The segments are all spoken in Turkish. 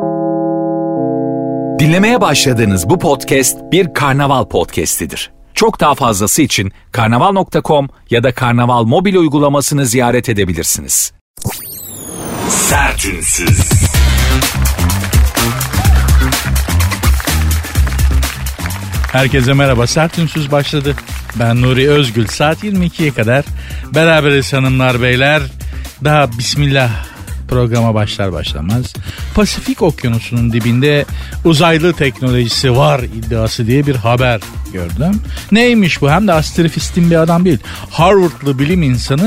Dinlemeye başladığınız bu podcast bir karnaval podcastidir. Çok daha fazlası için karnaval.com ya da karnaval mobil uygulamasını ziyaret edebilirsiniz. Sertünsüz. Herkese merhaba. Sertünsüz başladı. Ben Nuri Özgül. Saat 22'ye kadar beraberiz hanımlar beyler. Daha bismillah programa başlar başlamaz Pasifik Okyanusu'nun dibinde uzaylı teknolojisi var iddiası diye bir haber gördüm. Neymiş bu? Hem de astrofistin bir adam değil. Harvard'lı bilim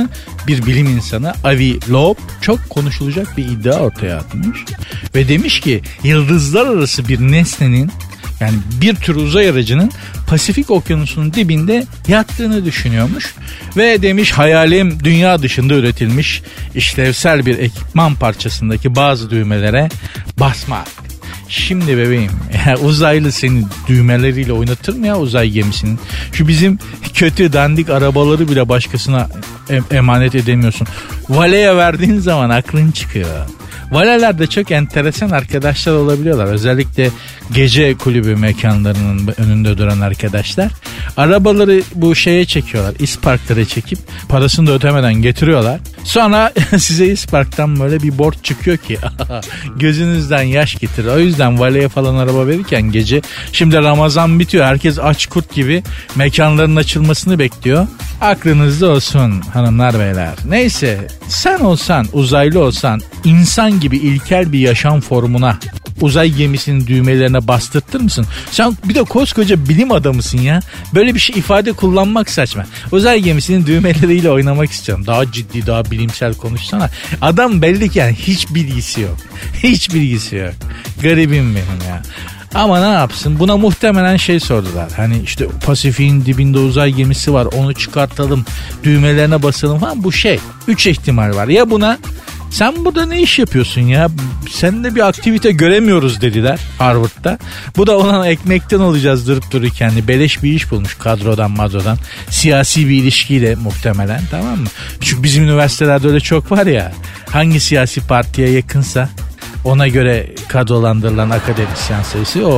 insanı Avi Loeb çok konuşulacak bir iddia ortaya atmış. Ve demiş ki yıldızlar arası bir nesnenin, yani bir tür uzay aracının Pasifik Okyanusu'nun dibinde yattığını düşünüyormuş. Ve demiş hayalim dünya dışında üretilmiş işlevsel bir ekipman parçasındaki bazı düğmelere basmak. Şimdi bebeğim uzaylı seni düğmeleriyle oynatır mı ya uzay gemisinin? Şu bizim kötü dandik arabaları bile başkasına emanet edemiyorsun. Valeye verdiğin zaman aklın çıkıyor. Valelerde çok enteresan arkadaşlar olabiliyorlar. Özellikle gece kulübü mekanlarının önünde duran arkadaşlar. Arabaları bu şeye çekiyorlar. İsparklara çekip parasını da ötemeden getiriyorlar. Sonra size İspark'tan böyle bir borç çıkıyor ki gözünüzden yaş getirir. O yüzden valeye falan araba verirken gece, şimdi Ramazan bitiyor. Herkes aç kurt gibi mekanların açılmasını bekliyor. Aklınızda olsun hanımlar beyler. Neyse, sen olsan, uzaylı olsan, insan gibi ilkel bir yaşam formuna uzay gemisinin düğmelerine bastırtır mısın? Sen bir de koskoca bilim adamısın ya. Böyle bir şey ifade kullanmak saçma. Uzay gemisinin düğmeleriyle oynamak istiyorum. Daha ciddi, daha bilimsel konuşsana. Adam belli ki yani hiç bilgisi yok. Hiç bilgisi yok. Garibim benim ya. Ama ne yapsın? Buna muhtemelen şey sordular. Hani işte Pasifik'in dibinde uzay gemisi var. Onu çıkartalım. Düğmelerine basalım falan. Bu şey. 3 ihtimal var. Ya buna sen burada ne iş yapıyorsun ya? Seninle bir aktivite göremiyoruz dediler Harvard'da. Bu da ona ekmekten olacağız durup dururken. Beleş bir iş bulmuş kadrodan. Siyasi bir ilişkiyle muhtemelen, tamam mı? Çünkü bizim üniversitelerde öyle çok var ya. Hangi siyasi partiye yakınsa ona göre kadrolandırılan akademisyen sayısı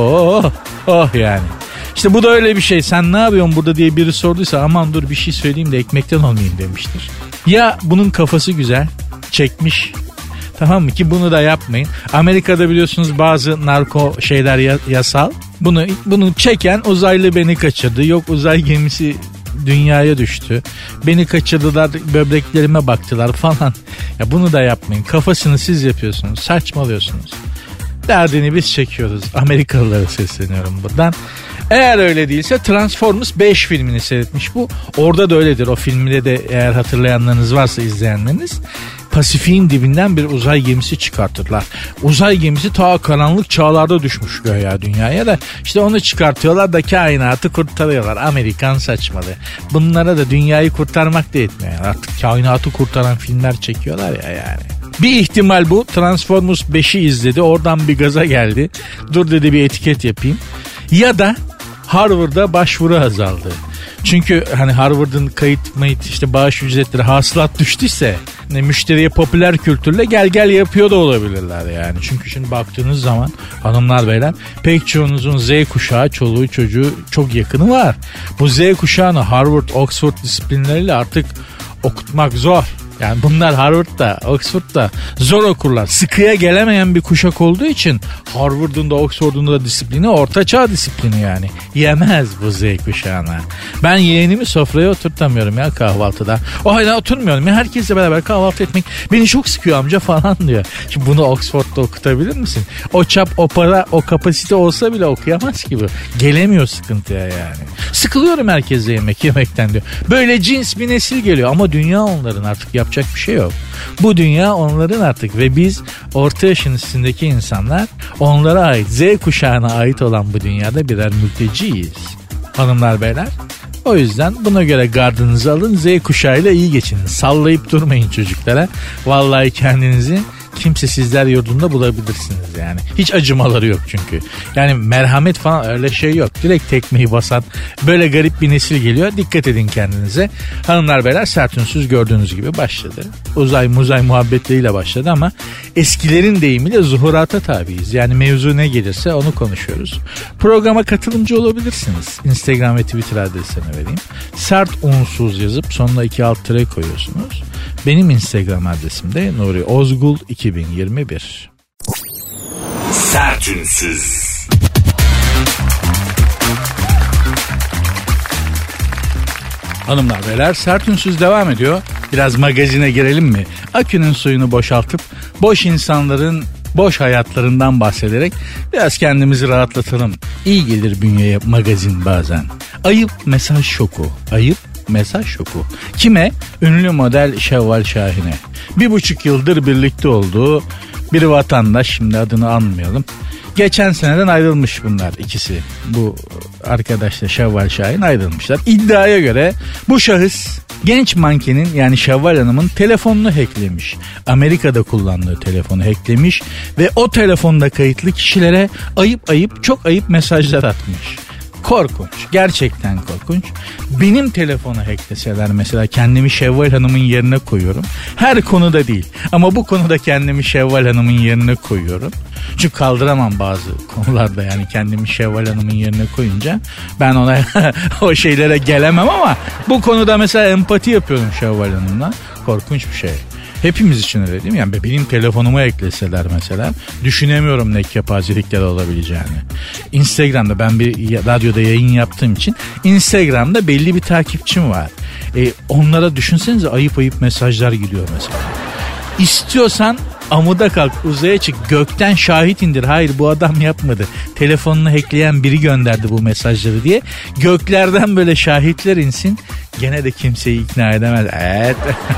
oh yani. İşte bu da öyle bir şey. Sen ne yapıyorsun burada diye biri sorduysa aman dur bir şey söyleyeyim de ekmekten olmayayım demiştir. Ya bunun kafası güzel, çekmiş, tamam mı, ki bunu da yapmayın. Amerika'da biliyorsunuz bazı narko şeyler yasal. Bunu çeken uzaylı beni kaçırdı. Yok uzay gemisi dünyaya düştü. Beni kaçırdılar, böbreklerime baktılar falan. Ya bunu da yapmayın. Kafasını siz yapıyorsunuz. Saçmalıyorsunuz. Derdini biz çekiyoruz. Amerikalılara sesleniyorum buradan. Eğer öyle değilse Transformers 5 filmini seyretmiş bu. Orada da öyledir. O filmde de eğer hatırlayanlarınız varsa, izleyenleriniz, Pasifik'in dibinden bir uzay gemisi çıkartırlar. Uzay gemisi ta karanlık çağlarda düşmüş göya dünyaya da işte onu çıkartıyorlar da kainatı kurtarıyorlar. Amerikan saçmalığı. Bunlara da dünyayı kurtarmak da yetmiyor. Artık kainatı kurtaran filmler çekiyorlar ya yani. Bir ihtimal bu. Transformers 5'i izledi. Oradan bir gaza geldi. Dur dedi bir etiket yapayım. Ya da Harvard'a başvuru azaldı. Çünkü hani Harvard'ın kayıt işte bağış ücretleri, hasılat düştüyse müşteriye popüler kültürle gel yapıyor da olabilirler yani. Çünkü şimdi baktığınız zaman hanımlar beyler pek çoğunuzun Z kuşağı çoluğu çocuğu çok yakını var. Bu Z kuşağını Harvard, Oxford disiplinleriyle artık okutmak zor. Yani bunlar Harvard'da, Oxford'da zor okurlar. Sıkıya gelemeyen bir kuşak olduğu için Harvard'ın da Oxford'un da disiplini ortaçağ disiplini yani. Yemez bu Z kuşağına. Ben yeğenimi sofraya oturtamıyorum ya kahvaltıda. O hala oturmuyorum ya, herkesle beraber kahvaltı etmek beni çok sıkıyor amca falan diyor. Şimdi bunu Oxford'da okutabilir misin? O çap, o para, o kapasite olsa bile okuyamaz ki bu. Gelemiyor sıkıntıya yani. Sıkılıyorum herkesle yemekten diyor. Böyle cins bir nesil geliyor ama dünya onların, artık yapacak bir şey yok. Bu dünya onların artık ve biz orta yaşın üstündeki insanlar onlara ait, Z kuşağına ait olan bu dünyada birer mülteciyiz. Hanımlar beyler, o yüzden buna göre gardınızı alın, Z kuşağıyla iyi geçinin. Sallayıp durmayın çocuklara. Vallahi kendinizi kimsesizler yurdunda bulabilirsiniz yani. Hiç acımaları yok çünkü. Yani merhamet falan öyle şey yok. Direkt tekmeyi basan böyle garip bir nesil geliyor. Dikkat edin kendinize. Hanımlar beyler, Sert Ünsüz gördüğünüz gibi başladı. Uzay muhabbetleriyle başladı ama eskilerin deyimiyle zuhurata tabiiz. Yani mevzu ne gelirse onu konuşuyoruz. Programa katılımcı olabilirsiniz. Instagram ve Twitter adresini vereyim. Sert Unsuz yazıp sonuna 2 alt tire koyuyorsunuz. Benim Instagram adresim de Nuri Ozgul 2021. Sert Ünsüz. Hanımlar beyler, Sert Ünsüz devam ediyor. Biraz magazine girelim mi? Akünün suyunu boşaltıp boş insanların boş hayatlarından bahsederek biraz kendimizi rahatlatalım. İyi gelir bünyeye magazin bazen. Ayıp mesaj şoku. Ayıp mesaj şoku. Kime? Ünlü model Şevval Şahin'e. 1,5 yıldır birlikte olduğu bir vatandaş, şimdi adını anmayalım. Geçen seneden ayrılmış bunlar ikisi. Bu arkadaşla Şevval Şahin ayrılmışlar. İddiaya göre bu şahıs genç mankenin yani Şevval Hanım'ın telefonunu hacklemiş. Amerika'da kullandığı telefonu hacklemiş ve o telefonda kayıtlı kişilere çok ayıp mesajlar atmış. Korkunç. Gerçekten korkunç. Benim telefonu hackleseler mesela kendimi Şevval Hanım'ın yerine koyuyorum. Her konuda değil. Ama bu konuda kendimi Şevval Hanım'ın yerine koyuyorum. Çünkü kaldıramam bazı konularda, yani kendimi Şevval Hanım'ın yerine koyunca ben ona o şeylere gelemem ama bu konuda mesela empati yapıyorum Şevval Hanım'la. Korkunç bir şey. Hepimiz için öyle değil mi? Yani benim telefonumu ekleseler mesela düşünemiyorum ne kepazelikler olabileceğini. Instagram'da ben bir radyoda yayın yaptığım için Instagram'da belli bir takipçim var. Onlara düşünsenize ayıp mesajlar gidiyor mesela. İstiyorsan amuda kalk, uzaya çık, gökten şahit indir. Hayır, bu adam yapmadı. Telefonunu hackleyen biri gönderdi bu mesajları diye. Göklerden böyle şahitler insin. Gene de kimseyi ikna edemez. Evet.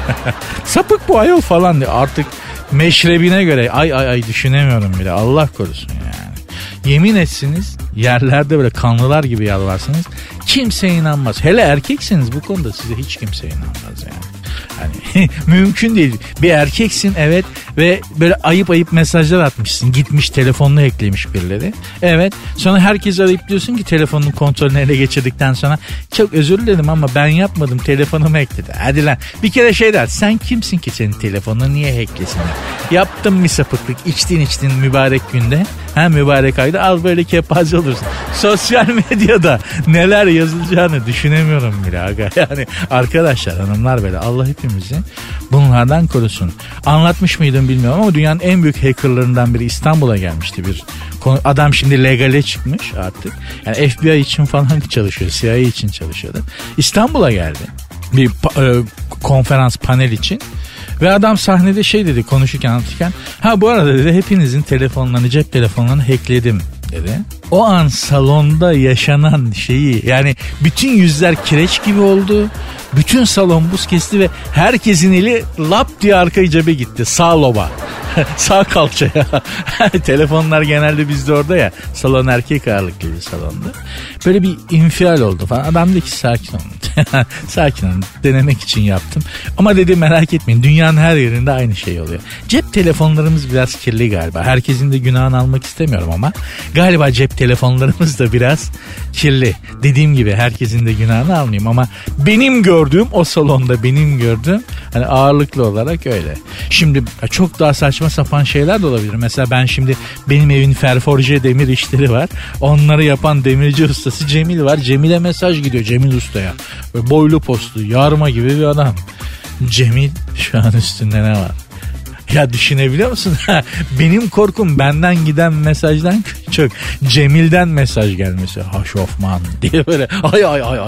Sapık bu ayol falan diye. Artık meşrebine göre ay düşünemiyorum bile. Allah korusun yani. Yemin etsiniz yerlerde böyle kanlılar gibi yalvarsınız. Kimse inanmaz. Hele erkekseniz bu konuda size hiç kimse inanmaz yani. Hani mümkün değil. Bir erkeksin evet ve böyle ayıp mesajlar atmışsın. Gitmiş telefonunu hacklemiş birileri. Evet. Sonra herkes arayıp diyorsun ki telefonun kontrolünü ele geçirdikten sonra çok özür dilerim ama ben yapmadım, telefonumu hackledi. Hadi lan bir kere şey der. Sen kimsin ki senin telefonunu niye hacklesinler? Yaptın bir sapıklık. İçtin mübarek günde. Mübarek ayda al böyle kepaze olursun. Sosyal medyada neler yazılacağını düşünemiyorum bile aga. Yani arkadaşlar, hanımlar böyle Allah hepimizi bunlardan korusun. Anlatmış mıydım bilmiyorum ama dünyanın en büyük hackerlarından biri İstanbul'a gelmişti bir konu. Adam şimdi legale çıkmış artık. Yani FBI için falan çalışıyor. CIA için çalışıyordu. İstanbul'a geldi. Bir konferans, panel için. Ve adam sahnede şey dedi, konuşurken anlatırken, bu arada dedi hepinizin telefonlarını, cep telefonlarını hackledim dedi. O an salonda yaşanan şeyi, yani bütün yüzler kireç gibi oldu. Bütün salon buz kesti ve herkesin eli lap diye arka cebe gitti. Sağ loba. Sağ kalçaya. Telefonlar genelde bizde orada ya. Salon erkek ağırlıklı bir salonda. Böyle bir infial oldu falan. Adam dedi ki sakin olun. Sakin olun. Denemek için yaptım. Ama dedi merak etmeyin. Dünyanın her yerinde aynı şey oluyor. Cep telefonlarımız biraz kirli galiba. Herkesin de günahını almak istemiyorum ama galiba cep telefonlarımız da biraz kirli. Dediğim gibi herkesin de günahını almayayım ama benim gördüğüm, o salonda benim gördüğüm hani ağırlıklı olarak öyle. Şimdi çok daha saçma sapan şeyler de olabilir. Mesela ben şimdi, benim evin ferforje demir işleri var. Onları yapan demirci ustası Cemil var. Cemil'e mesaj gidiyor, Cemil Usta'ya. Böyle boylu postlu, yarma gibi bir adam. Cemil, şu an üstünde ne var? Ya düşünebiliyor musun? Benim korkum benden giden mesajdan çok Cemil'den mesaj gelmesi. Şofman diye böyle ay.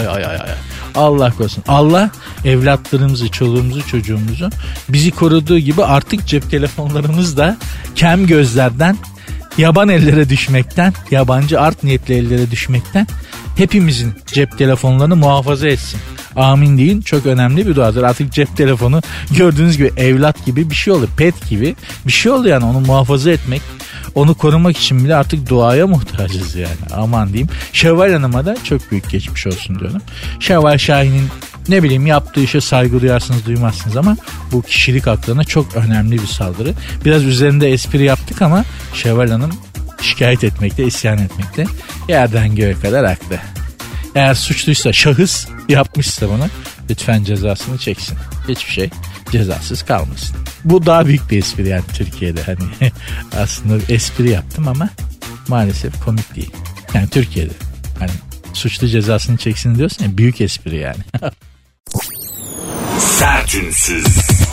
Allah korusun. Allah evlatlarımızı, çoluğumuzu, çocuğumuzu bizi koruduğu gibi artık cep telefonlarımız da kem gözlerden, yaban ellere düşmekten, yabancı art niyetli ellere düşmekten hepimizin cep telefonlarını muhafaza etsin. Amin deyin, çok önemli bir duadır. Artık cep telefonu gördüğünüz gibi evlat gibi bir şey oldu. Pet gibi bir şey oldu yani, onu muhafaza etmek, onu korumak için bile artık duaya muhtacız yani. Aman diyeyim. Şevval Hanım'a da çok büyük geçmiş olsun diyorum. Şevval Şahin'in ne bileyim yaptığı işe saygı duyarsınız duymazsınız ama bu kişilik haklarına çok önemli bir saldırı. Biraz üzerinde espri yaptık ama Şevval Hanım şikayet etmekte, isyan etmekte yerden göğe kadar haklı. Eğer suçluysa, şahıs yapmışsa bunu, lütfen cezasını çeksin. Hiçbir şey cezasız kalmasın. Bu daha büyük bir espri yani Türkiye'de. Hani aslında espri yaptım ama maalesef komik değil. Yani Türkiye'de hani suçlu cezasını çeksin diyorsun ya, büyük espri yani. Sertünsüz.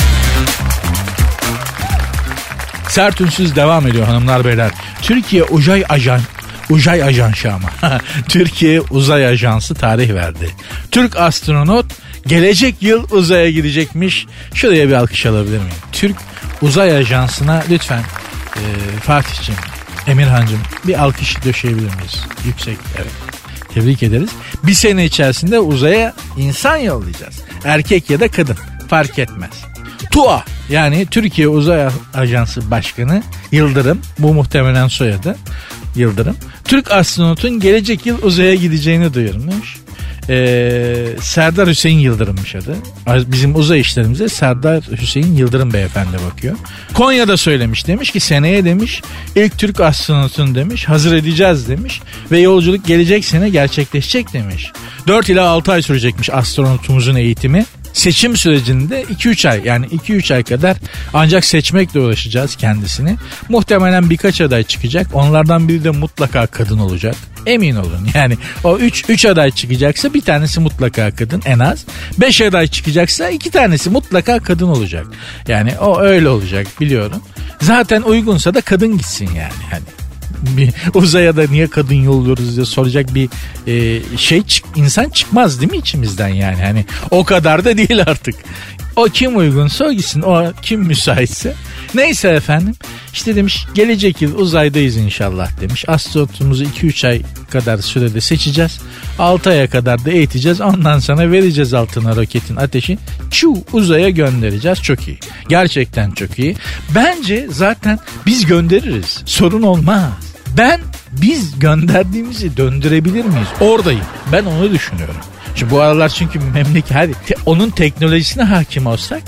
Sertünsüz devam ediyor hanımlar beyler. Türkiye Uzay Ajansı ama. Türkiye Uzay Ajansı tarih verdi. Türk astronot gelecek yıl uzaya gidecekmiş. Şuraya bir alkış alabilir miyim? Türk Uzay Ajansı'na lütfen Fatih'cim, Emirhan'cım bir alkış döşeyebilir miyiz? Yüksek, evet. Tebrik ederiz. Bir sene içerisinde uzaya insan yollayacağız. Erkek ya da kadın fark etmez. TUA yani Türkiye Uzay Ajansı Başkanı Yıldırım, bu muhtemelen soyadı Yıldırım, Türk astronotun gelecek yıl uzaya gideceğini duyurmuş. Serdar Hüseyin Yıldırım'mış adı. Bizim uzay işlerimize Serdar Hüseyin Yıldırım beyefendi bakıyor. Konya'da söylemiş, demiş ki seneye demiş ilk Türk astronotun demiş hazır edeceğiz demiş ve yolculuk gelecek sene gerçekleşecek demiş. 4 ila 6 ay sürecekmiş astronotumuzun eğitimi. Seçim sürecinde 2-3 ay yani 2-3 ay kadar ancak seçmekle uğraşacağız kendisini. Muhtemelen birkaç aday çıkacak. Onlardan biri de mutlaka kadın olacak. Emin olun yani o 3 aday çıkacaksa bir tanesi mutlaka kadın en az. 5 aday çıkacaksa 2 tanesi mutlaka kadın olacak. Yani o öyle olacak biliyorum. Zaten uygunsa da kadın gitsin yani hani. Bir uzaya da niye kadın yolluyoruz diye soracak bir insan çıkmaz değil mi içimizden yani hani o kadar da değil artık. O kim uygunsa o gitsin, o kim müsaitse. Neyse efendim işte demiş gelecek yıl uzaydayız inşallah demiş. Astronotumuzu 2-3 ay kadar sürede seçeceğiz. 6 aya kadar da eğiteceğiz. Ondan sonra vereceğiz altına roketin ateşi. Uzaya göndereceğiz. Çok iyi. Gerçekten çok iyi. Bence zaten biz göndeririz. Sorun olmaz. Biz gönderdiğimizi döndürebilir miyiz? Oradayım. Ben onu düşünüyorum. Şimdi bu aralar çünkü memleket onun teknolojisine hakim olsak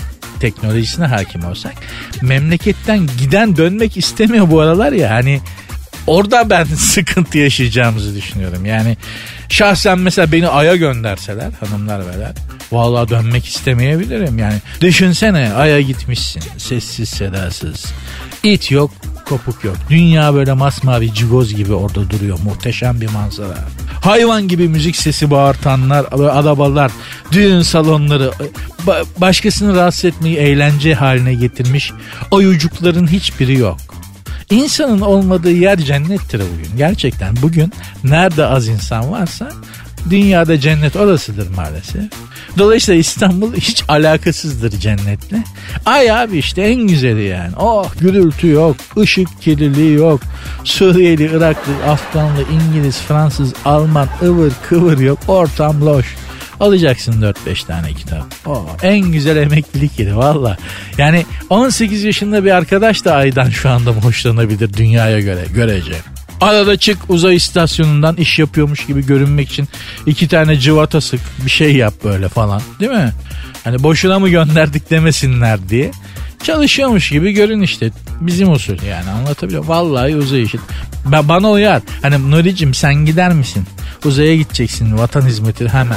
memleketten giden dönmek istemiyor bu aralar ya hani orada ben sıkıntı yaşayacağımızı düşünüyorum. Yani şahsen mesela beni Ay'a gönderseler hanımlar beyler vallahi dönmek istemeyebilirim yani. Düşünsene Ay'a gitmişsin sessiz sedasız. İt yok, kopuk yok. Dünya böyle masmavi cigoz gibi orada duruyor. Muhteşem bir manzara. Hayvan gibi müzik sesi bağırtanlar, arabalar, düğün salonları, başkasını rahatsız etmeyi eğlence haline getirmiş oyuncukların hiçbiri yok. İnsanın olmadığı yer cennettir bugün. Gerçekten bugün nerede az insan varsa dünyada cennet orasıdır maalesef. Dolayısıyla İstanbul hiç alakasızdır cennetle. Ay abi işte en güzeli yani. Oh gürültü yok, ışık kirliliği yok. Suriyeli, Iraklı, Afganlı, İngiliz, Fransız, Alman ıvır kıvır yok. Ortam loş. Alacaksın 4-5 tane kitap. Oh, en güzel emeklilik yeri valla. Yani 18 yaşında bir arkadaş da Ay'dan şu anda hoşlanabilir dünyaya göre görece. Arada çık uzay istasyonundan iş yapıyormuş gibi görünmek için 2 tane cıvata sık bir şey yap böyle falan değil mi? Hani boşuna mı gönderdik demesinler diye. Çalışıyormuş gibi görün işte bizim usul yani anlatabiliyor. Vallahi uzay işi. Bana uyar. Hani Nuri'cim sen gider misin? Uzaya gideceksin vatan hizmeti hemen.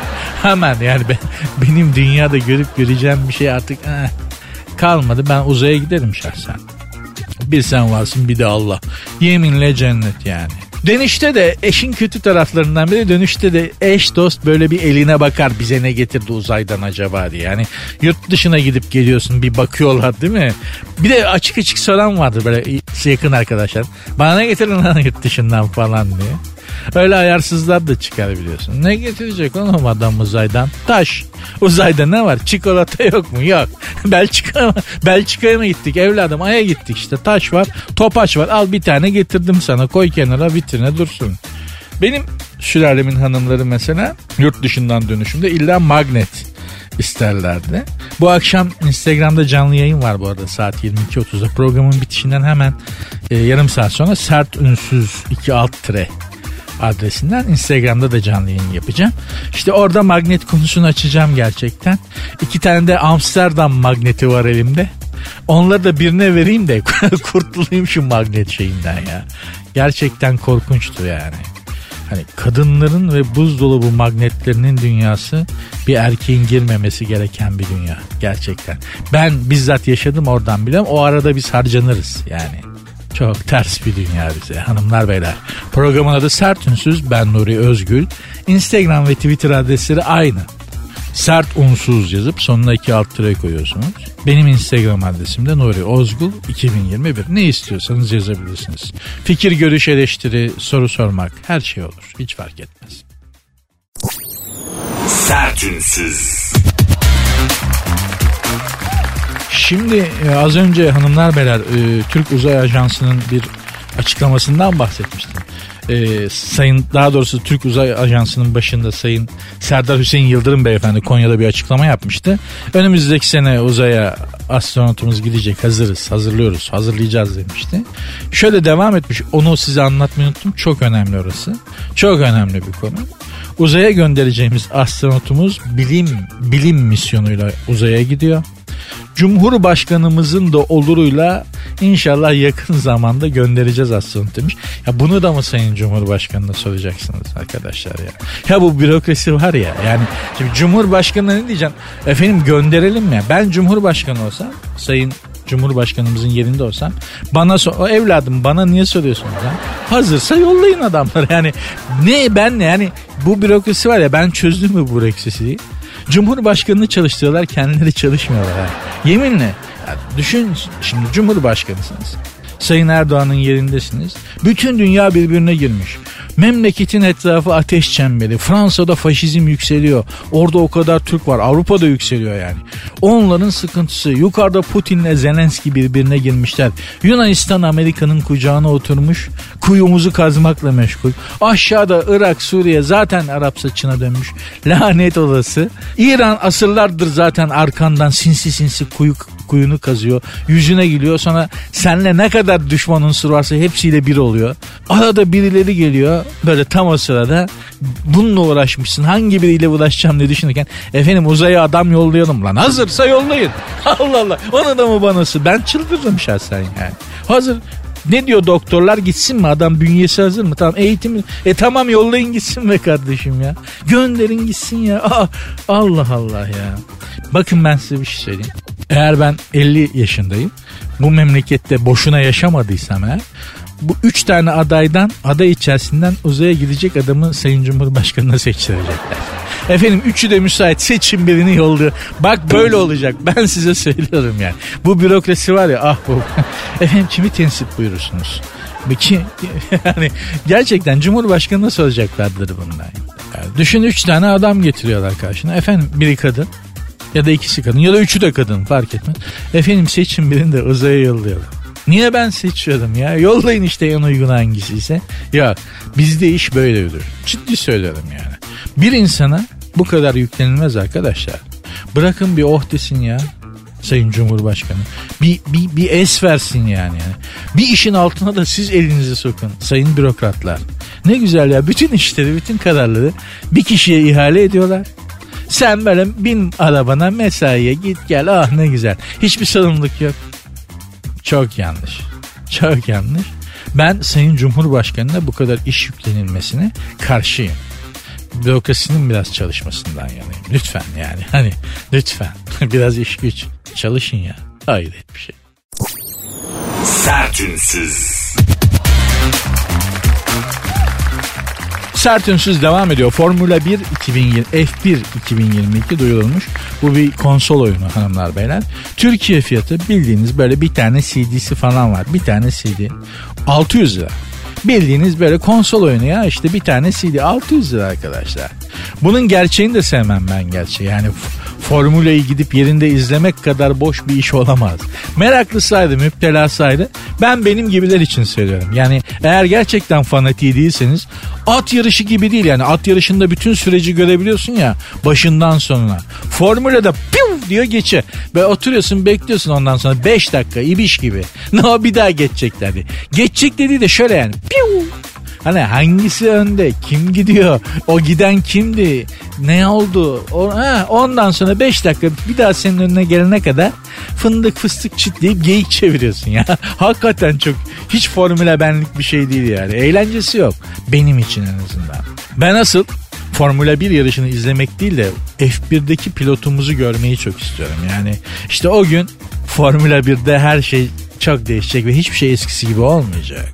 Hemen yani benim dünyada görüp göreceğim bir şey artık kalmadı. Ben uzaya giderim şahsen. Bir sen varsın bir de Allah. Yeminle cennet yani. Dönüşte de eşin kötü taraflarından biri dönüşte de eş dost böyle bir eline bakar bize ne getirdi uzaydan acaba diye. Yani yurt dışına gidip geliyorsun bir bakıyorlar değil mi? Bir de açık açık soran vardır böyle yakın arkadaşlar. Bana ne getirin lan yurt dışından falan diye. Öyle ayarsızlar da çıkar biliyorsun. Ne getirecek oğlum adam uzaydan? Taş. Uzayda ne var? Çikolata yok mu? Yok. Belçika'ya mı gittik evladım? Ay'a gittik işte. Taş var, topaç var. Al bir tane getirdim sana. Koy kenara vitrine dursun. Benim sülalemin hanımları mesela yurt dışından dönüşümde illa magnet isterlerdi. Bu akşam Instagram'da canlı yayın var bu arada saat 22.30'da. Programın bitişinden hemen yarım saat sonra sert ünsüz 2 alt tire adresinden. Instagram'da da canlı yayın yapacağım. İşte orada magnet konusunu açacağım gerçekten. 2 tane de Amsterdam magneti var elimde. Onları da birine vereyim de kurtulayım şu magnet şeyinden ya. Gerçekten korkunçtu yani. Hani kadınların ve buzdolabı magnetlerinin dünyası bir erkeğin girmemesi gereken bir dünya. Gerçekten. Ben bizzat yaşadım, oradan biliyorum. O arada biz harcanırız yani. Çok ters bir dünya bize hanımlar beyler. Programın adı Sert Ünsüz. Ben Nuri Özgül. Instagram ve Twitter adresleri aynı. Sert unsuz yazıp sonuna 2 alt tire koyuyorsunuz. Benim Instagram adresim de Nuri Ozgul 2021. Ne istiyorsanız yazabilirsiniz. Fikir, görüş, eleştiri, soru sormak, her şey olur. Hiç fark etmez. Sert Ünsüz. Şimdi az önce hanımlar beyler Türk Uzay Ajansı'nın bir açıklamasından bahsetmiştim. Daha doğrusu Türk Uzay Ajansı'nın başında Sayın Serdar Hüseyin Yıldırım Beyefendi Konya'da bir açıklama yapmıştı. Önümüzdeki sene uzaya astronotumuz gidecek, hazırlayacağız demişti. Şöyle devam etmiş, onu size anlatmayı unuttum, çok önemli orası. Çok önemli bir konu. Uzaya göndereceğimiz astronotumuz bilim misyonuyla uzaya gidiyor. Cumhurbaşkanımızın da oluruyla inşallah yakın zamanda göndereceğiz astronot demiş. Ya bunu da mı Sayın Cumhurbaşkanı'na soracaksınız arkadaşlar ya? Ya bu bürokrasi var ya, yani şimdi Cumhurbaşkanı'na ne diyeceğim? Efendim gönderelim mi? Ben Cumhurbaşkanı olsam, Sayın Cumhurbaşkanımızın yerinde olsam, bana evladım bana niye soruyorsunuz ya? Hazırsa yollayın adamları yani. Yani bu bürokrasi var ya, ben çözdüm mü bu bürokrasiyi? Cumhurbaşkanını çalıştırıyorlar, kendileri çalışmıyorlar. Ha. Yeminle. Ya düşün, şimdi Cumhurbaşkanısınız. Sayın Erdoğan'ın yerindesiniz. Bütün dünya birbirine girmiş. Memleketin etrafı ateş çemberi. Fransa'da faşizm yükseliyor. Orada o kadar Türk var. Avrupa'da yükseliyor yani. Onların sıkıntısı. Yukarıda Putin'le Zelenski birbirine girmişler. Yunanistan Amerika'nın kucağına oturmuş. Kuyumuzu kazmakla meşgul. Aşağıda Irak, Suriye zaten Arap saçına dönmüş. Lanet olası. İran asırlardır zaten arkandan sinsi kuyunu kazıyor. Yüzüne gülüyor. Sonra senle ne kadar düşman unsur varsa hepsiyle bir oluyor. Arada birileri geliyor. Böyle tam o sırada bununla uğraşmışsın. Hangi biriyle uğraşacağım diye düşünürken efendim uzaya adam yollayalım lan. Hazırsa yollayın. Allah Allah. Onu da mı banası? Ben çıldırdım şahsen yani. Hazır. Ne diyor doktorlar, gitsin mi adam, bünyesi hazır mı? Tamam, eğitimi tamam, yollayın gitsin be kardeşim ya. Gönderin gitsin ya. Allah Allah ya. Bakın ben size bir şey söyleyeyim. Eğer ben 50 yaşındayım, bu memlekette boşuna yaşamadıysam eğer, bu 3 tane aday içerisinden uzaya gidecek adamı Sayın Cumhurbaşkanı'na seçtirecekler. Efendim üçü de müsait, seçin birini yolluyor. Bak böyle olacak, ben size söylüyorum yani. Bu bürokrasi var ya, bu. Efendim kimi tensip buyurursunuz? Yani gerçekten Cumhurbaşkanı'na soracaklardır bunlar. Yani düşün, 3 tane adam getiriyorlar karşına. Efendim biri kadın ya da ikisi kadın ya da üçü de kadın, fark etmez. Efendim seçin birini de uzaya yollayalım. Niye ben seçiyorum ya? Yollayın işte en uygun hangisiyse. Ya bizde iş böyle yürür. Ciddi söylüyorum yani. Bir insana bu kadar yüklenilmez arkadaşlar. Bırakın bir oh desin ya Sayın Cumhurbaşkanı. Bir es versin yani. Bir işin altına da siz elinizi sokun sayın bürokratlar. Ne güzel ya, bütün işleri, bütün kararları bir kişiye ihale ediyorlar. Sen böyle bin arabana mesaiye git gel, ne güzel. Hiçbir sorumluluk yok. Çok yanlış. Çok yanlış. Ben Sayın Cumhurbaşkanı'na bu kadar iş yüklenilmesine karşıyım. Bürokrasinin biraz çalışmasından yanayım. Lütfen yani. Lütfen. Biraz iş güç. Çalışın ya. Hayret bir şey. Sert Ünsüz. Sert Ünsüz devam ediyor. Formula 1 F1 2022 duyurulmuş. Bu bir konsol oyunu hanımlar beyler. Türkiye fiyatı bildiğiniz böyle bir tane CD'si falan var. Bir tane CD 600 lira. Bildiğiniz böyle konsol oyunu ya, işte bir tane CD 600 lira arkadaşlar. Bunun gerçeğini de sevmem ben gerçi. Yani Formula'yı gidip yerinde izlemek kadar boş bir iş olamaz. Meraklısaydı, müptelasaydı, ben benim gibiler için söylüyorum. Yani eğer gerçekten fanatiği değilseniz, at yarışı gibi değil yani. At yarışında bütün süreci görebiliyorsun ya, başından sonuna. Formula'da piu diyor geçe. Ve oturuyorsun, bekliyorsun, ondan sonra 5 dakika ibiş gibi. Bir daha geçecek dedi. Geçecek dediği de şöyle yani. Piu. Hani hangisi önde? Kim gidiyor? O giden kimdi? Ne oldu? Ondan sonra 5 dakika bir daha senin önüne gelene kadar fındık fıstık çitleyip geyik çeviriyorsun ya. Hakikaten çok hiç formüle benlik bir şey değil yani. Eğlencesi yok. Benim için en azından. Ben asıl Formula 1 yarışını izlemek değil de F1'deki pilotumuzu görmeyi çok istiyorum. Yani işte o gün Formula 1'de her şey çok değişecek ve hiçbir şey eskisi gibi olmayacak.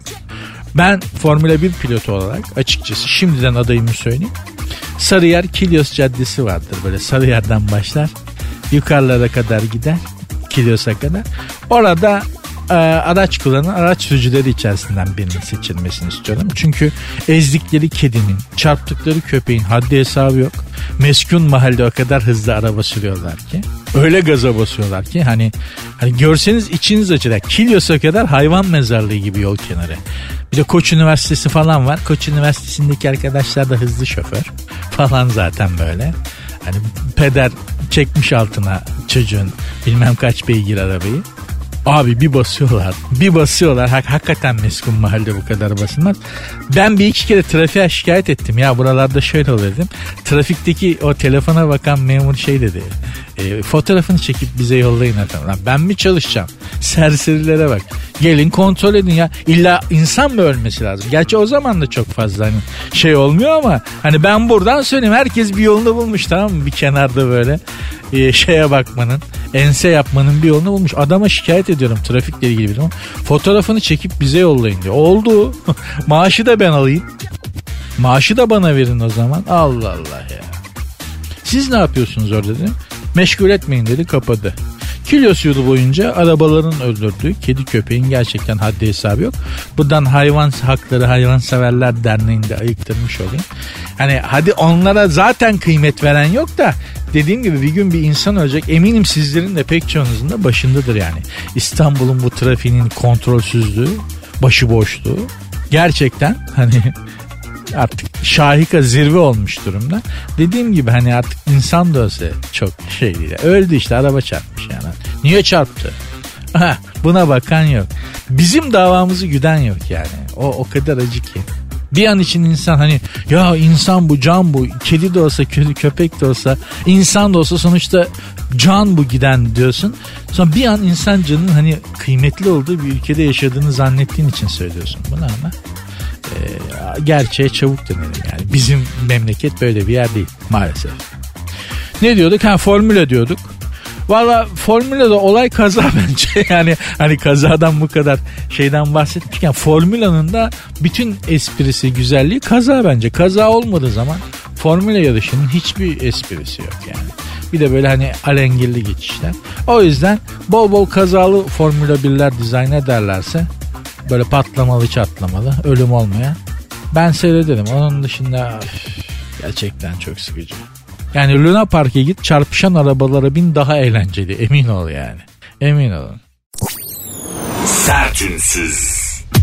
Ben Formula 1 pilotu olarak açıkçası şimdiden adayımı söyleyeyim. Sarıyer Kilyos Caddesi vardır. Böyle Sarıyer'den başlar. Yukarılara kadar gider. Kilyos'a kadar. Orada araç kullanan araç sürücüleri içerisinden birinin seçilmesini istiyorum. Çünkü ezdikleri kedinin, çarptıkları köpeğin haddi hesabı yok. Meskun mahalle o kadar hızlı araba sürüyorlar ki. Öyle gaza basıyorlar ki hani görseniz içiniz acır. Kilyos'a kadar hayvan mezarlığı gibi yol kenarı. Bir de Koç Üniversitesi falan var. Koç Üniversitesi'ndeki arkadaşlar da hızlı şoför falan zaten böyle. Hani peder çekmiş altına çocuğun bilmem kaç beygir arabayı. Abi bir basıyorlar. Hakikaten meskun mahallede bu kadar basılmaz. Ben bir iki kere trafiğe şikayet ettim. Ya buralarda şöyle oluyor dedim. Trafikteki o telefona bakan memur şey dedi. Fotoğrafını çekip bize yollayın efendim. Lan ben mi çalışacağım? Serserilere bak. Gelin kontrol edin ya. İlla insan mı ölmesi lazım? Gerçi o zaman da çok fazla hani şey olmuyor ama hani ben buradan söyleyeyim. Herkes bir yolunu bulmuş, tamam mı? Bir kenarda böyle şeye bakmanın, ense yapmanın bir yolunu bulmuş. Adama şikayet ediyorum trafikle ilgili bir durum. Fotoğrafını çekip bize yollayın diyor. Oldu. Maaşı da ben alayım. Maaşı da bana verin o zaman. Allah Allah ya. Siz ne yapıyorsunuz orada dedim. Meşgul etmeyin dedi, kapadı. Kilyos yolu boyunca arabaların öldürdüğü kedi köpeğin gerçekten haddi hesabı yok. Buradan Hayvan Hakları Hayvanseverler Derneği'nde ayıktırmış olayım. Hani hadi onlara zaten kıymet veren yok da dediğim gibi bir gün bir insan ölecek. Eminim sizlerin de pek çoğunuzun da başındadır yani. İstanbul'un bu trafiğinin kontrolsüzlüğü, başıboşluğu gerçekten hani artık şahika zirve olmuş durumda. Dediğim gibi hani artık insan da olsa çok şey değil. Öldü işte, araba çarpmış yani. Niye çarptı? Buna bakan yok. Bizim davamızı güden yok yani. O kadar acı ki. Bir an için insan hani ya insan bu, can bu, kedi de olsa, köpek de olsa, insan da olsa sonuçta can bu giden diyorsun. Sonra bir an insan canının hani kıymetli olduğu bir ülkede yaşadığını zannettiğin için söylüyorsun bunu ama gerçeğe çabuk dönelim yani. Bizim memleket böyle bir yer değil maalesef. Ne diyorduk? Formüle diyorduk. Valla Formüla'da olay kaza bence. Yani hani kazadan bu kadar şeyden bahsetmişken Formula'nın da bütün esprisi, güzelliği kaza bence. Kaza olmadığı zaman Formula yarışının hiçbir esprisi yok yani. Bir de böyle hani alengirli geçişler. O yüzden bol bol kazalı Formula 1'ler dizayn ederlerse böyle patlamalı çatlamalı, ölüm olmayan ben seyrederim. Onun dışında gerçekten çok sıkıcı. Yani Luna Park'a git, çarpışan arabalara bin, daha eğlenceli. Emin ol yani. Emin olun. Sertünsüz.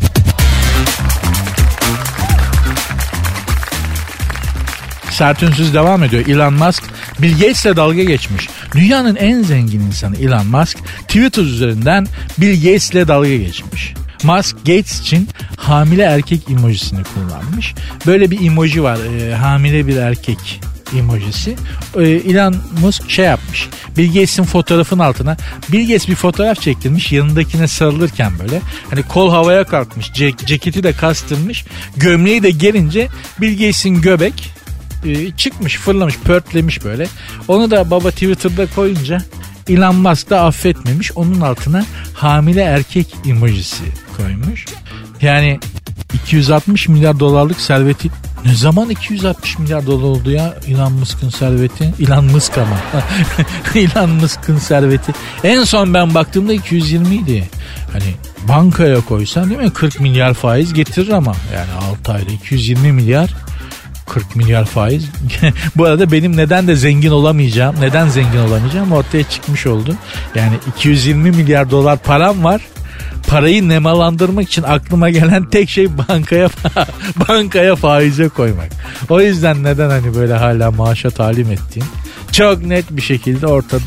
Sertünsüz devam ediyor. Elon Musk Bill Gates'le dalga geçmiş. Dünyanın en zengin insanı Elon Musk Twitter üzerinden Bill Gates'le dalga geçmiş. Musk Gates için hamile erkek emojisini kullanmış. Böyle bir emoji var. Hamile bir erkek emojisi. Elon Musk şey yapmış. Bill Gates'in fotoğrafının altına Bill Gates bir fotoğraf çektirmiş, yanındakine sarılırken böyle hani kol havaya kalkmış, ceketi de kastırmış, gömleği de gelince Bill Gates'in göbek çıkmış, fırlamış, pörtlemiş böyle. Onu da baba Twitter'da koyunca Elon Musk da affetmemiş. Onun altına hamile erkek emojisi koymuş. Yani 260 milyar dolarlık serveti, ne zaman 260 milyar dolar oldu ya Elon Musk'ın serveti? Elon Musk ama. Elon Musk'ın serveti. En son ben baktığımda 220 idi. Hani bankaya koysan değil mi? 40 milyar faiz getirir ama. Yani 6 ayda 220 milyar. 40 milyar faiz. Bu arada benim neden zengin olamayacağım ortaya çıkmış oldu. Yani 220 milyar dolar param var. Parayı nemalandırmak için aklıma gelen tek şey bankaya faize koymak. O yüzden neden hani böyle hala maaşa talim ettiğim çok net bir şekilde ortada.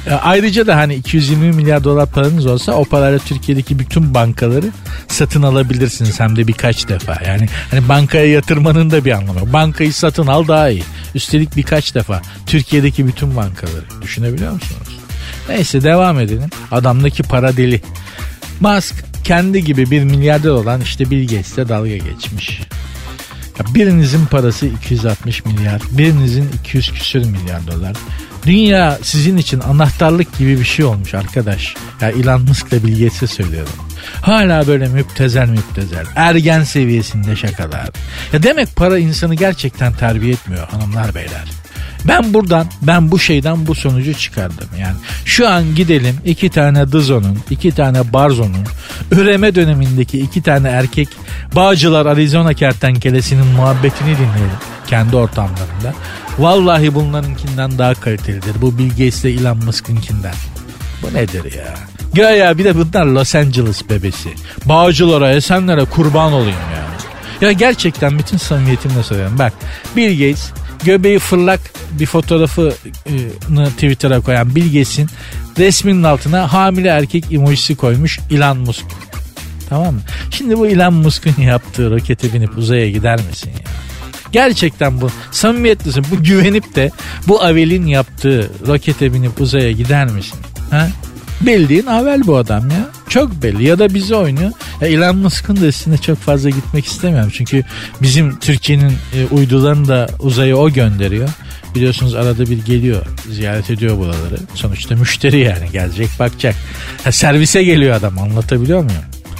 Ayrıca da hani 220 milyar dolar paranız olsa o parayla Türkiye'deki bütün bankaları satın alabilirsiniz hem de birkaç defa. Yani hani bankaya yatırmanın da bir anlamı yok. Bankayı satın al daha iyi. Üstelik birkaç defa Türkiye'deki bütün bankaları. Düşünebiliyor musunuz? Neyse devam edelim. Adamdaki para deli. Musk kendi gibi bir milyarder olan işte Bill Gates'le dalga geçmiş. Ya birinizin parası 260 milyar, birinizin 200 küsür milyar dolar. Dünya sizin için anahtarlık gibi bir şey olmuş arkadaş. Ya Elon Musk'la Bill Gates'e söylüyorum. Hala böyle müptezel ergen seviyesinde şakalar. Ya demek para insanı gerçekten terbiye etmiyor hanımlar beyler. Ben bu şeyden bu sonucu çıkardım. Yani şu an gidelim 2 tane Dızo'nun, 2 tane Barzo'nun üreme dönemindeki 2 tane erkek Bağcılar Arizona kertenkelesinin muhabbetini dinleyelim kendi ortamlarında. Vallahi bunlarınkinden daha kalitelidir. Bu Bill Gates'le Elon Musk'ınkinden. Bu nedir ya? Ya bir de bunlar Los Angeles bebesi. Bağcılara, Esenler'e kurban olayım yani. Ya gerçekten bütün samimiyetimle söylüyorum. Bak Bill Gates göbeği fırlak bir fotoğrafını Twitter'a koyan Bill Gates'in resminin altına hamile erkek emojisi koymuş Elon Musk. Tamam mı? Şimdi bu Elon Musk'un yaptığı rokete binip uzaya gider misin ya? Gerçekten bu samimiyetlisin. Bu güvenip de bu Avel'in yaptığı rokete binip uzaya gider misin? Ha? Bildiğin Avel bu adam ya. Çok belli. Ya da bizi oynuyor. Ya Elon Musk'ın da üstüne çok fazla gitmek istemiyorum. Çünkü bizim Türkiye'nin uydularını da uzaya o gönderiyor. Biliyorsunuz arada bir geliyor. Ziyaret ediyor buraları. Sonuçta müşteri yani. Gelecek bakacak. Servise geliyor adam. Anlatabiliyor muyum?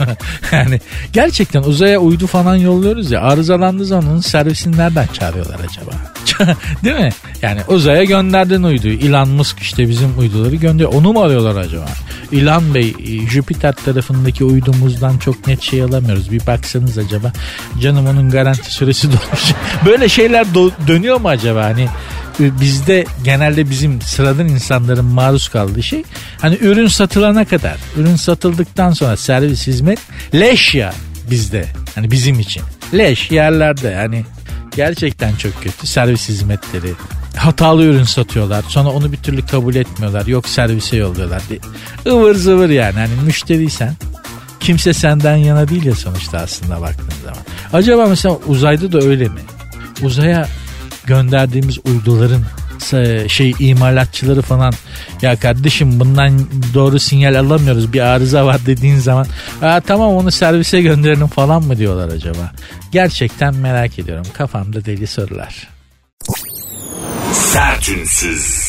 Yani gerçekten uzaya uydu falan yolluyoruz ya, arızalandığı zaman servisini nereden çağırıyorlar acaba? Değil mi? Yani uzaya gönderdin uyduyu. Elon Musk işte bizim uyduları gönderiyor. Onu mu arıyorlar acaba? Elon Bey, Jüpiter tarafındaki uydumuzdan çok net şey alamıyoruz. Bir baksanız acaba. Canım onun garanti süresi dolmuş. Böyle şeyler dönüyor mu acaba? Hani bizde genelde bizim sıradan insanların maruz kaldığı şey, hani ürün satılana kadar, ürün satıldıktan sonra servis hizmet leş ya bizde. Hani bizim için leş yerlerde, yani gerçekten çok kötü servis hizmetleri. Hatalı ürün satıyorlar, sonra onu bir türlü kabul etmiyorlar, yok servise yolluyorlar diye. Ivır zıvır yani. Hani müşteriysen kimse senden yana değil ya sonuçta aslında baktığın zaman. Acaba mesela uzayda da öyle mi? Uzaya gönderdiğimiz uyduların imalatçıları falan, ya kardeşim bundan doğru sinyal alamıyoruz, bir arıza var dediğin zaman tamam onu servise gönderelim falan mı diyorlar acaba? Gerçekten merak ediyorum. Kafamda deli sorular. Sertünsüz.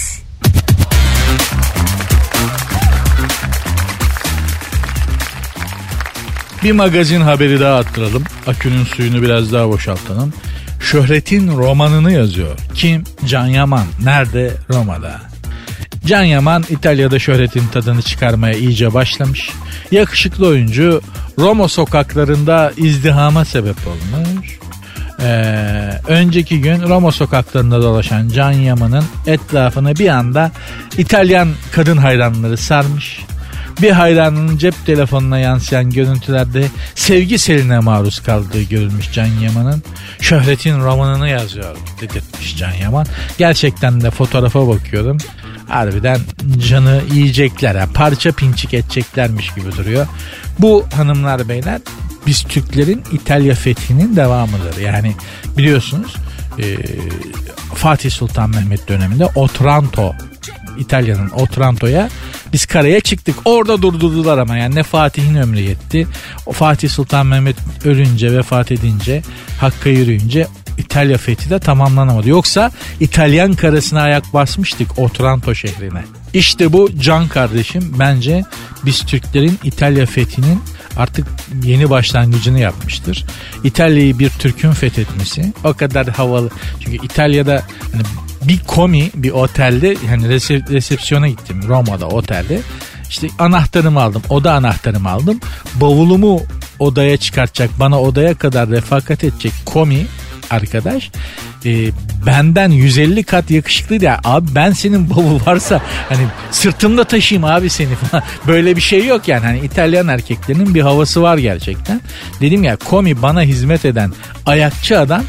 Bir magazin haberi daha attıralım. Akünün suyunu biraz daha boşaltalım. Şöhret'in romanını yazıyor. Kim? Can Yaman. Nerede? Roma'da. Can Yaman İtalya'da şöhretin tadını çıkarmaya iyice başlamış. Yakışıklı oyuncu Roma sokaklarında izdihama sebep olmuş. Önceki gün Roma sokaklarında dolaşan Can Yaman'ın etrafını bir anda İtalyan kadın hayranları sarmış. Bir hayranının cep telefonuna yansıyan görüntülerde sevgi seline maruz kaldığı görülmüş Can Yaman'ın. Şöhret'in romanını yazıyor dedirtmiş Can Yaman. Gerçekten de fotoğrafa bakıyorum. Harbiden canı yiyecekler, yani parça pinçik edeceklermiş gibi duruyor. Bu hanımlar beyler biz Türklerin İtalya fethinin devamıdır. Yani biliyorsunuz Fatih Sultan Mehmet döneminde Otranto, İtalya'nın Otranto'ya biz karaya çıktık. Orada durdurdular ama yani ne Fatih'in ömrü yetti. O Fatih Sultan Mehmet ölünce, vefat edince, Hakk'a yürüyünce İtalya fethi de tamamlanamadı. Yoksa İtalyan karasına ayak basmıştık, Otranto şehrine. İşte bu Can kardeşim bence biz Türklerin İtalya fethinin artık yeni başlangıcını yapmıştır. İtalya'yı bir Türk'ün fethetmesi o kadar havalı. Çünkü İtalya'da hani bir otelde, hani resepsiyona gittim Roma'da otelde. İşte anahtarımı aldım, oda anahtarımı aldım. Bavulumu odaya çıkartacak, bana odaya kadar refakat edecek komi arkadaş benden 150 kat yakışıklıydı ya. Abi ben senin bavul varsa hani sırtımda taşıyayım abi seni falan. Böyle bir şey yok yani. Hani İtalyan erkeklerinin bir havası var gerçekten. Dedim ya, komi bana hizmet eden ayakçı adam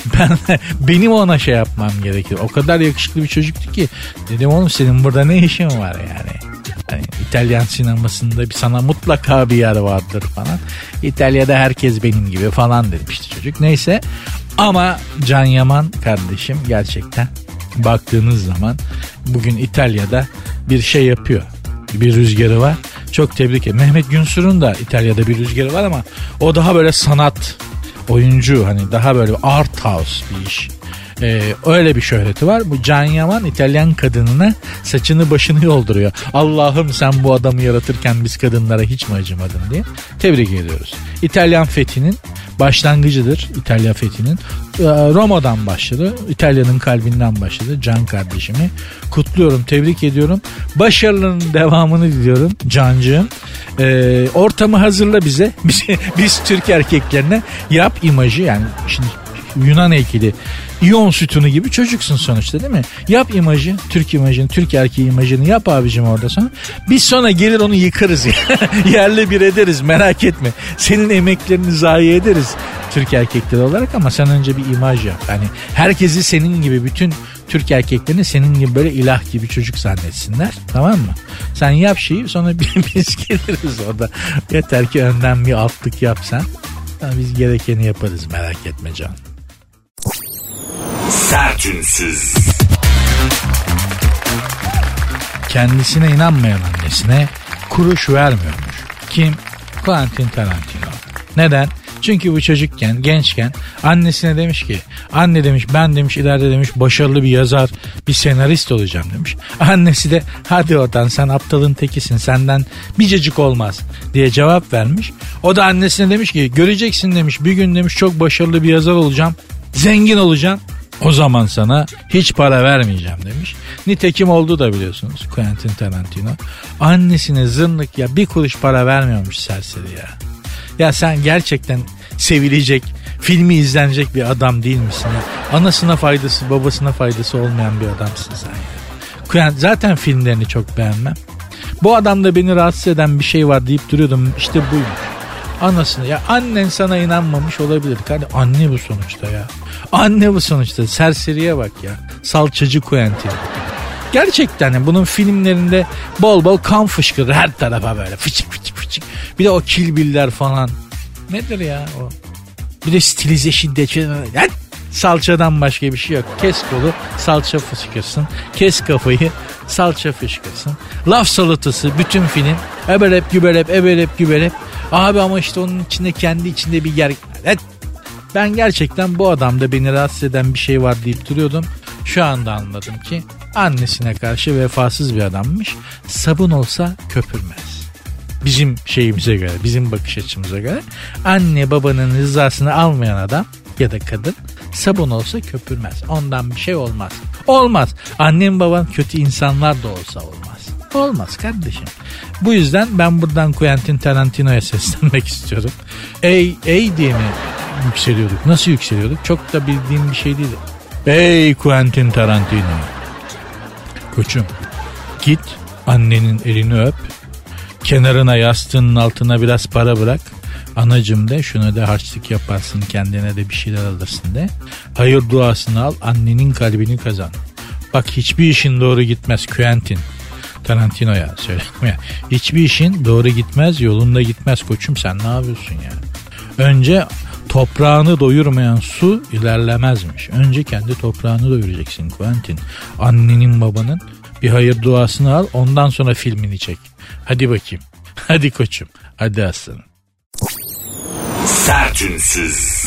Benim ona şey yapmam gerekir. O kadar yakışıklı bir çocuktu ki. Dedim oğlum senin burada ne işin var yani? Hani İtalyan sinemasında sana mutlaka bir yer vardır falan. İtalya'da herkes benim gibi falan demişti çocuk. Neyse ama Can Yaman kardeşim gerçekten baktığınız zaman bugün İtalya'da bir şey yapıyor. Bir rüzgarı var. Çok tebrik ederim. Mehmet Günsur'un da İtalya'da bir rüzgarı var ama o daha böyle sanat oyuncu, hani daha böyle art house bir iş. Öyle bir şöhreti var. Bu Can Yaman İtalyan kadınına saçını başını yolduruyor. Allah'ım sen bu adamı yaratırken biz kadınlara hiç mi acımadın diye. Tebrik ediyoruz. İtalyan fethinin başlangıcıdır. İtalya fethinin. Roma'dan başladı. İtalya'nın kalbinden başladı. Can kardeşimi kutluyorum, tebrik ediyorum. Başarılarının devamını diliyorum Cancığım. Ortamı hazırla bize. Biz Türk erkeklerine yap imajı, yani şimdi Yunan heykeli, İyon sütunu gibi çocuksun sonuçta değil mi? Yap imajı, Türk imajını, Türk erkeği imajını yap abicim orada sonra. Biz sonra gelir onu yıkarız ya. Yerle bir ederiz, merak etme. Senin emeklerini zayi ederiz Türk erkekleri olarak ama sen önce bir imaj yap. Yani herkesi senin gibi, bütün Türk erkeklerini senin gibi böyle ilah gibi çocuk zannetsinler, tamam mı? Sen yap şeyi, sonra biz geliriz orada. Yeter ki önden bir altlık yap sen. Biz gerekeni yaparız, merak etme Can. Sertünsüz. Kendisine inanmayan annesine kuruş vermiyormuş. Kim? Quentin Tarantino. Neden? Çünkü bu çocukken, gençken annesine demiş ki, anne demiş, ben demiş ileride demiş başarılı bir yazar, bir senarist olacağım demiş. Annesi de hadi oradan sen aptalın tekisin, senden bir cacık olmaz diye cevap vermiş. O da annesine demiş ki göreceksin demiş, bir gün demiş çok başarılı bir yazar olacağım, zengin olacağım. O zaman sana hiç para vermeyeceğim demiş. Nitekim oldu da biliyorsunuz Quentin Tarantino. Annesine zırnık ya bir kuruş para vermiyormuş serseri ya. Ya sen gerçekten sevilecek, filmi izlenecek bir adam değil misin ya? Anasına faydası, babasına faydası olmayan bir adamsın sen ya. Zaten filmlerini çok beğenmem. Bu adamda beni rahatsız eden bir şey var deyip duruyordum. İşte buymuş. Anasını ya, annen sana inanmamış olabilir. Anne bu sonuçta ya. Anne bu sonuçta. Serseriye bak ya. Salçacı Quentin. Gerçekten bunun filmlerinde bol bol kan fışkırır her tarafa böyle. Fıçık fıçık fıçık. Bir de o Kill Bill'ler falan. Nedir ya o? Bir de stilize şiddet. Salçadan başka bir şey yok. Kes kolu, salça fışkırsın. Kes kafayı, salça fışkırsın. Laf salatası bütün film. Ebelep gübelep, ebelep gübelep. Abi ama işte onun içinde kendi içinde bir yer. Ben gerçekten bu adamda beni rahatsız eden bir şey var deyip duruyordum. Şu anda anladım ki annesine karşı vefasız bir adammış. Sabun olsa köpürmez. Bizim şeyimize göre, bizim bakış açımıza göre anne babanın rızasını almayan adam ya da kadın sabun olsa köpürmez. Ondan bir şey olmaz. Olmaz. Annem baban kötü insanlar da olsa olmaz. Olmaz kardeşim. Bu yüzden ben buradan Quentin Tarantino'ya seslenmek istiyorum. Ey diye mi yükseliyorduk? Nasıl yükseliyorduk? Çok da bildiğim bir şey değil. Ey Quentin Tarantino. Koçum, git annenin elini öp. Kenarına, yastığının altına biraz para bırak. Anacım de, şuna da harçlık yaparsın, kendine de bir şeyler alırsın de. Hayır duasını al, annenin kalbini kazan. Bak hiçbir işin doğru gitmez Quentin Tarantino'ya söyleyeyim ya. Hiçbir işin doğru gitmez, yolunda gitmez koçum, sen ne yapıyorsun ya? Önce toprağını doyurmayan su ilerlemezmiş. Önce kendi toprağını doyuracaksın Quentin. Annenin babanın bir hayır duasını al, ondan sonra filmini çek. Hadi bakayım. Hadi koçum. Hadi aslanım. Sertünsüz.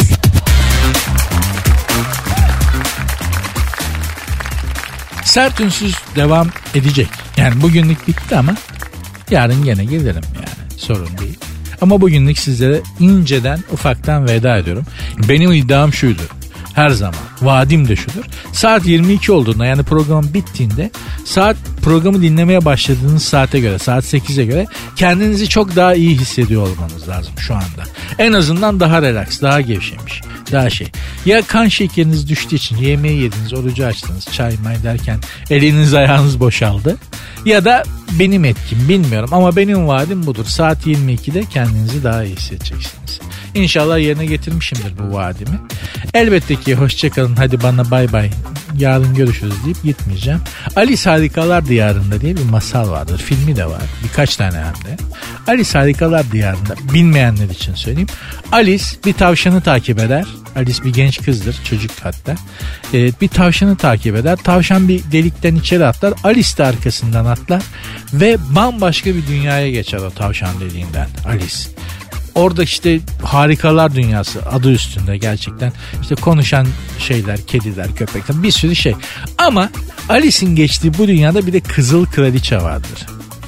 Sertünsüz devam edecek. Yani bugünlük bitti ama yarın gene gelirim yani. Sorun değil. Ama bugünlük sizlere inceden, ufaktan veda ediyorum. Benim iddiam şuydu. Her zaman. Vaadim de şudur. Saat 22 olduğunda, yani program bittiğinde, programı dinlemeye başladığınız saate göre, saat 8'e göre kendinizi çok daha iyi hissediyor olmanız lazım şu anda. En azından daha relax, daha gevşemiş, daha şey. Ya kan şekeriniz düştüğü için yemeği yediniz, orucu açtınız, çay may derken eliniz ayağınız boşaldı. Ya da benim etkim, bilmiyorum ama benim vaadim budur. Saat 22'de kendinizi daha iyi hissedeceksiniz. İnşallah yerine getirmişimdir bu vaadimi. Elbette ki hoşçakalın, hadi bana bay bay, yarın görüşürüz deyip gitmeyeceğim. Alice Harikalar Diyarında diye bir masal vardır. Filmi de var. Birkaç tane hem de. Alice Harikalar Diyarında, bilmeyenler için söyleyeyim. Alice bir tavşanı takip eder. Alice bir genç kızdır, çocuk hatta. Bir tavşanı takip eder. Tavşan bir delikten içeri atlar. Alice de arkasından atlar. Ve bambaşka bir dünyaya geçer o tavşan deliğinden Alice. Orada işte harikalar dünyası adı üstünde gerçekten. İşte konuşan şeyler, kediler, köpekler, bir sürü şey. Ama Alice'in geçtiği bu dünyada bir de Kızıl Kraliçe vardır.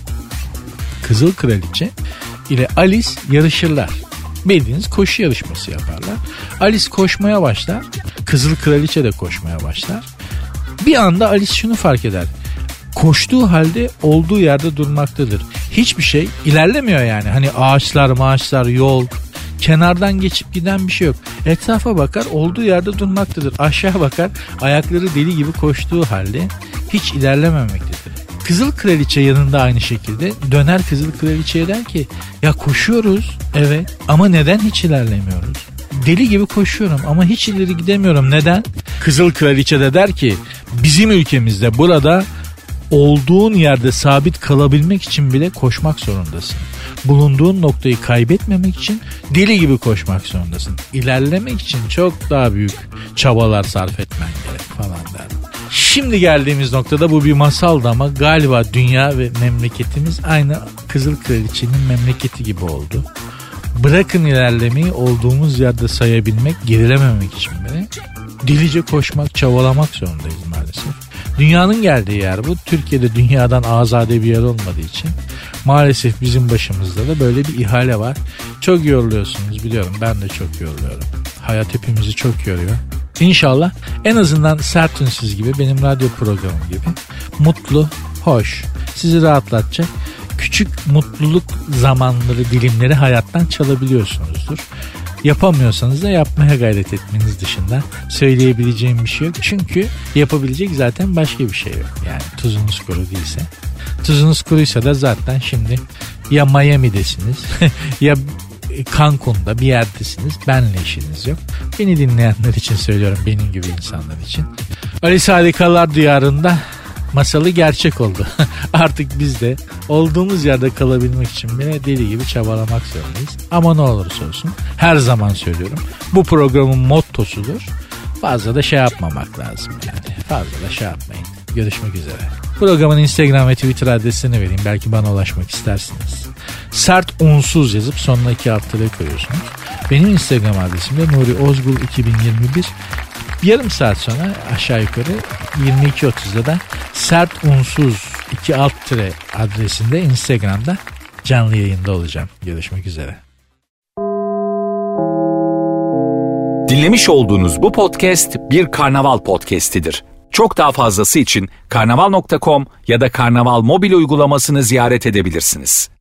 Kızıl Kraliçe ile Alice yarışırlar. Bildiğiniz koşu yarışması yaparlar. Alice koşmaya başlar. Kızıl Kraliçe de koşmaya başlar. Bir anda Alice şunu fark eder. Koştuğu halde olduğu yerde durmaktadır. Hiçbir şey ilerlemiyor yani. Hani ağaçlar, yol, kenardan geçip giden bir şey yok. Etrafa bakar, olduğu yerde durmaktadır. Aşağı bakar, ayakları deli gibi koştuğu halde hiç ilerlememektedir. Kızıl Kraliçe yanında aynı şekilde döner Kızıl Kraliçe'ye der ki ya koşuyoruz evet ama neden hiç ilerlemiyoruz? Deli gibi koşuyorum ama hiç ileri gidemiyorum, neden? Kızıl Kraliçe de der ki bizim ülkemizde burada olduğun yerde sabit kalabilmek için bile koşmak zorundasın. Bulunduğun noktayı kaybetmemek için deli gibi koşmak zorundasın. İlerlemek için çok daha büyük çabalar sarf etmen gerek falan der. Şimdi geldiğimiz noktada bu bir masaldı ama galiba dünya ve memleketimiz aynı Kızıl Kraliçe'nin memleketi gibi oldu. Bırakın ilerlemeyi, olduğumuz yerde sayabilmek, gerilememek için bile delice koşmak, çabalamak zorundayız maalesef. Dünyanın geldiği yer bu. Türkiye'de dünyadan azade bir yer olmadığı için maalesef bizim başımızda da böyle bir ihale var. Çok yoruluyorsunuz biliyorum, ben de çok yoruluyorum. Hayat hepimizi çok yoruyor. İnşallah en azından Sert Ünsüz gibi, benim radyo programım gibi mutlu, hoş, sizi rahatlatacak küçük mutluluk zamanları, dilimleri hayattan çalabiliyorsunuzdur. Yapamıyorsanız da yapmaya gayret etmeniz dışında söyleyebileceğim bir şey yok. Çünkü yapabilecek zaten başka bir şey yok. Yani tuzunuz kuru değilse. Tuzunuz kuruysa da zaten şimdi ya Miami'desiniz ya Cancun'da bir yerdesiniz. Benle işiniz yok. Beni dinleyenler için söylüyorum, benim gibi insanlar için. Alice Harikalar Diyarında masalı gerçek oldu. Artık biz de olduğumuz yerde kalabilmek için bile deli gibi çabalamak zorundayız. Ama ne olursa olsun her zaman söylüyorum, bu programın mottosudur. Fazla da şey yapmamak lazım yani. Fazla da şey yapmayın. Görüşmek üzere. Programın Instagram ve Twitter adresini vereyim. Belki bana ulaşmak istersiniz. Sert Unsuz yazıp sonuna 2 alt tere koyuyorsunuz. Benim Instagram adresim de Nuri Ozgul 2021. Yarım saat sonra aşağı yukarı 22.30'da da Sert Unsuz 2 alt tere adresinde Instagram'da canlı yayında olacağım. Görüşmek üzere. Dinlemiş olduğunuz bu podcast bir Karnaval podcastidir. Çok daha fazlası için karnaval.com ya da Karnaval mobil uygulamasını ziyaret edebilirsiniz.